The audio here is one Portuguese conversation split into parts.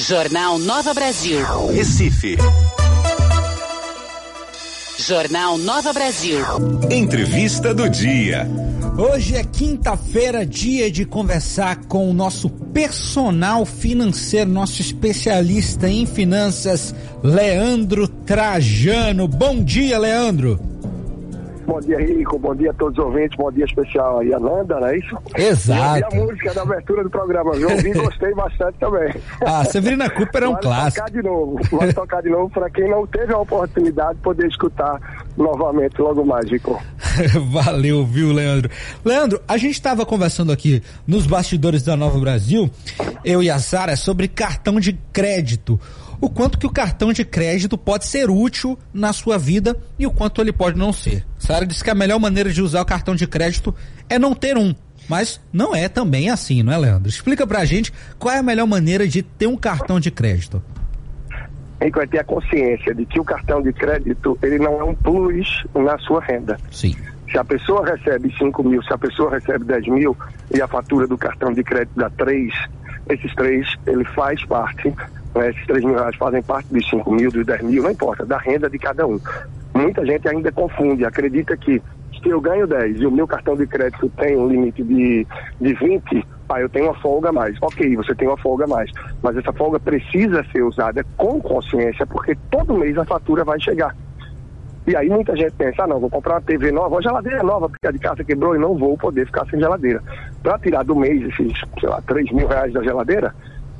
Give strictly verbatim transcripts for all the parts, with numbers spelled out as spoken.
Jornal Nova Brasil. Recife. Jornal Nova Brasil. Entrevista do dia. Hoje é quinta-feira, dia de conversar com o nosso personal financeiro, nosso especialista em finanças, Leandro Trajano. Bom dia, Leandro. Bom dia, Rico. Bom dia a todos os ouvintes. Bom dia especial aí, Ananda, não é isso? Exato. E a música da abertura do programa, eu ouvi e gostei bastante também. Ah, Severina Cooper é um vale clássico. Tocar de novo. Vai tocar de novo para quem não teve a oportunidade de poder escutar novamente logo mais, Rico. Valeu, viu, Leandro? Leandro, a gente estava conversando aqui nos bastidores da Nova Brasil, eu e a Sara, sobre cartão de crédito. O quanto que o cartão de crédito pode ser útil na sua vida e o quanto ele pode não ser. Sara disse que a melhor maneira de usar o cartão de crédito é não ter um. Mas não é também assim, não é, Leandro? Explica pra gente qual é a melhor maneira de ter um cartão de crédito. Rico, vai ter a consciência de que o cartão de crédito, ele não é um plus na sua renda. Sim. Se a pessoa recebe cinco mil, se a pessoa recebe dez mil e a fatura do cartão de crédito dá três, esses três, ele faz parte, né, esses três mil reais fazem parte dos cinco mil, dos dez mil, não importa, da renda de cada um. Muita gente ainda confunde, acredita que se eu ganho dez e o meu cartão de crédito tem um limite de, de vinte, ah, eu tenho uma folga a mais. Ok, você tem uma folga a mais, mas essa folga precisa ser usada com consciência, porque todo mês a fatura vai chegar. E aí muita gente pensa, ah, não, vou comprar uma T V nova, uma geladeira nova, porque a de casa quebrou e não vou poder ficar sem geladeira. Para tirar do mês esses, sei lá, três mil reais da geladeira,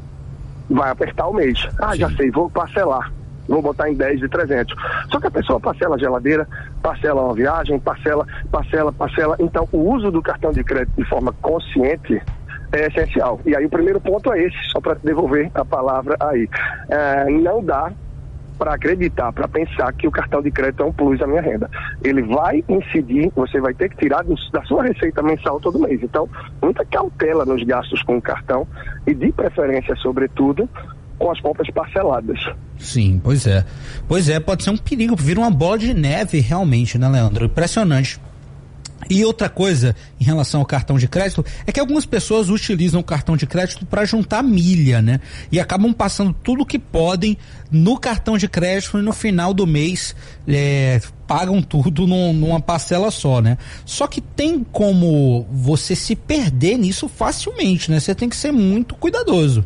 vai apertar o mês. Ah, já sei, vou parcelar. Vou botar em dez de trezentos. Só que a pessoa parcela a geladeira, parcela uma viagem, parcela, parcela, parcela. Então, o uso do cartão de crédito de forma consciente é essencial. E aí o primeiro ponto é esse, só para devolver a palavra aí. É, não dá para acreditar, para pensar que o cartão de crédito é um plus da minha renda. Ele vai incidir, você vai ter que tirar do, da sua receita mensal todo mês. Então, muita cautela nos gastos com o cartão e, de preferência, sobretudo, com as compras parceladas. Sim, pois é. Pois é, pode ser um perigo, vira uma bola de neve realmente, né, Leandro? Impressionante. E outra coisa em relação ao cartão de crédito é que algumas pessoas utilizam o cartão de crédito para juntar milha, né? E acabam passando tudo que podem no cartão de crédito e no final do mês é, pagam tudo num, numa parcela só, né? Só que tem como você se perder nisso facilmente, né? Você tem que ser muito cuidadoso.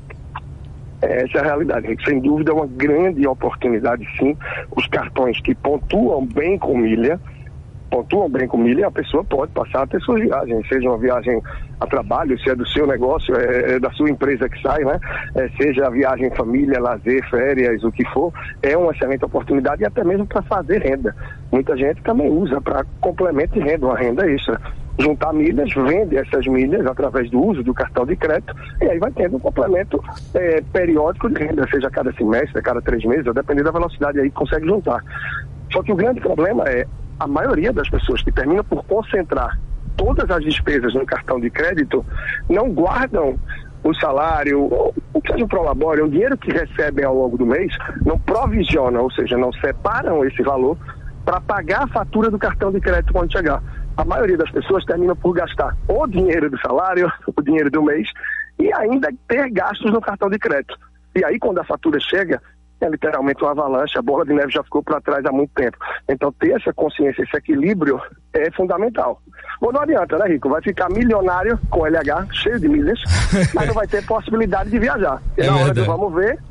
Essa é a realidade, Rick. Sem dúvida é uma grande oportunidade, sim. Os cartões que pontuam bem com milha, pontuam bem com milha, a pessoa pode passar a ter suas viagens, seja uma viagem a trabalho, se é do seu negócio, é, é da sua empresa que sai, né? É, seja a viagem família, lazer, férias, o que for, é uma excelente oportunidade e até mesmo para fazer renda. Muita gente também usa para complemento de renda, uma renda extra. Juntar milhas, vende essas milhas através do uso do cartão de crédito e aí vai tendo um complemento é, periódico de renda, seja a cada semestre, a cada três meses, dependendo da velocidade aí que consegue juntar. Só que o grande problema é a maioria das pessoas que terminam por concentrar todas as despesas no cartão de crédito não guardam o salário, ou o que seja um prolabore, o dinheiro que recebem ao longo do mês, não provisionam, ou seja, não separam esse valor para pagar a fatura do cartão de crédito quando chegar. A maioria das pessoas termina por gastar o dinheiro do salário, o dinheiro do mês, e ainda ter gastos no cartão de crédito. E aí, quando a fatura chega, é literalmente uma avalanche, a bola de neve já ficou para trás há muito tempo. Então, ter essa consciência, esse equilíbrio é fundamental. Ou não adianta, né, Rico? Vai ficar milionário com L H, cheio de milhas, mas não vai ter possibilidade de viajar. E é na hora verdade. do vamos ver,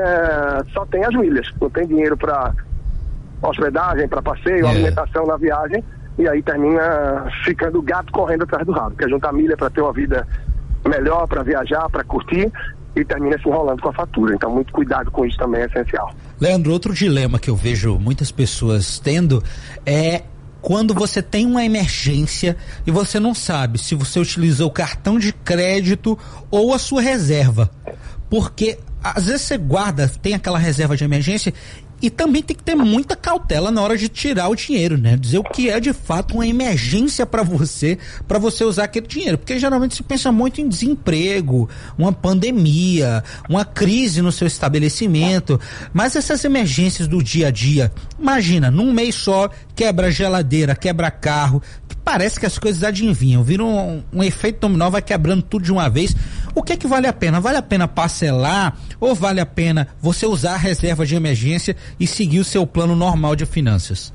é, só tem as milhas. Não tem dinheiro para hospedagem, para passeio, É. alimentação na viagem, e aí termina ficando o gato correndo atrás do rabo. Quer juntar milha para ter uma vida melhor, para viajar, para curtir, e termina se enrolando com a fatura. Então, muito cuidado com isso também é essencial. Leandro, outro dilema que eu vejo muitas pessoas tendo é quando você tem uma emergência e você não sabe se você utilizou o cartão de crédito ou a sua reserva. Porque às vezes você guarda, tem aquela reserva de emergência e também tem que ter muita cautela na hora de tirar o dinheiro, né? Dizer o que é de fato uma emergência para você, para você usar aquele dinheiro. Porque geralmente se pensa muito em desemprego, uma pandemia, uma crise no seu estabelecimento. Mas essas emergências do dia a dia, imagina, num mês só, quebra geladeira, quebra carro, parece que as coisas adivinham, viram um, um efeito dominó, vai quebrando tudo de uma vez. O que é que vale a pena? Vale a pena parcelar ou vale a pena você usar a reserva de emergência e seguir o seu plano normal de finanças?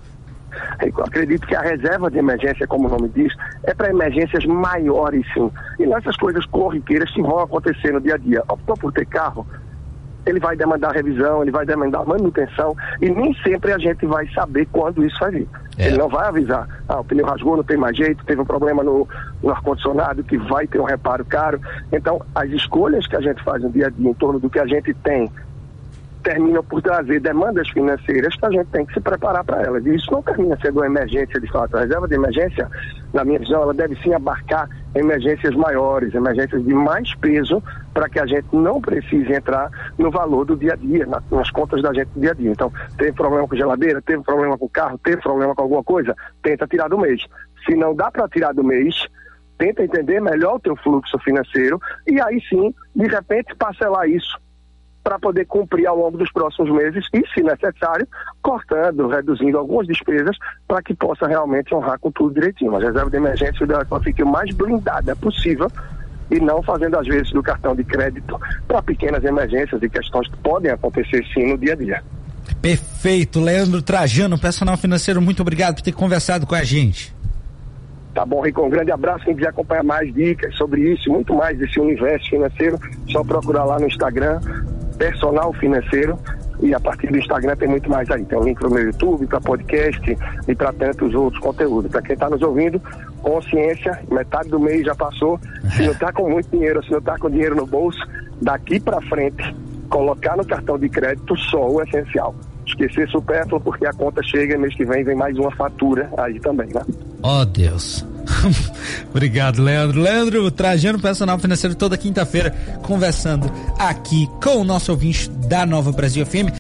Eu acredito que a reserva de emergência, como o nome diz, é para emergências maiores, sim. E nessas coisas corriqueiras que vão acontecer no dia a dia. Optou por ter carro, ele vai demandar revisão, ele vai demandar manutenção, e nem sempre a gente vai saber quando isso vai vir. É. Ele não vai avisar, ah, o pneu rasgou, não tem mais jeito, teve um problema no, no ar-condicionado que vai ter um reparo caro. Então, as escolhas que a gente faz no dia a dia em torno do que a gente tem terminam por trazer demandas financeiras que a gente tem que se preparar para elas. E isso não termina sendo uma emergência de fato. A reserva de emergência, na minha visão, ela deve sim abarcar emergências maiores, emergências de mais peso, para que a gente não precise entrar no valor do dia a dia, na, nas contas da gente do dia a dia. Então, teve problema com geladeira, teve problema com carro, teve problema com alguma coisa, tenta tirar do mês. Se não dá para tirar do mês, tenta entender melhor o teu fluxo financeiro e aí sim, de repente, parcelar isso para poder cumprir ao longo dos próximos meses e, se necessário, cortando, reduzindo algumas despesas para que possa realmente honrar com tudo direitinho. Mas a reserva de emergência ela fique o mais blindada possível e não fazendo, às vezes, do cartão de crédito para pequenas emergências e questões que podem acontecer, sim, no dia a dia. Perfeito. Leandro Trajano, personal financeiro, muito obrigado por ter conversado com a gente. Tá bom, Rico, um grande abraço. Quem quiser acompanhar mais dicas sobre isso, muito mais desse universo financeiro, só procurar lá no Instagram, Personal Financeiro, e a partir do Instagram tem muito mais aí. Tem um link para o meu YouTube, para podcast e para tantos outros conteúdos. Para quem está nos ouvindo, consciência, metade do mês já passou. Se não está com muito dinheiro, se não está com dinheiro no bolso, daqui para frente, colocar no cartão de crédito só o essencial. Esquecer supérfluo, porque a conta chega e mês que vem vem mais uma fatura aí também, né? Oh, Deus. Obrigado, Leandro. Leandro Trajano, personal financeiro, toda quinta-feira, conversando aqui com o nosso ouvinte da Nova Brasil F M.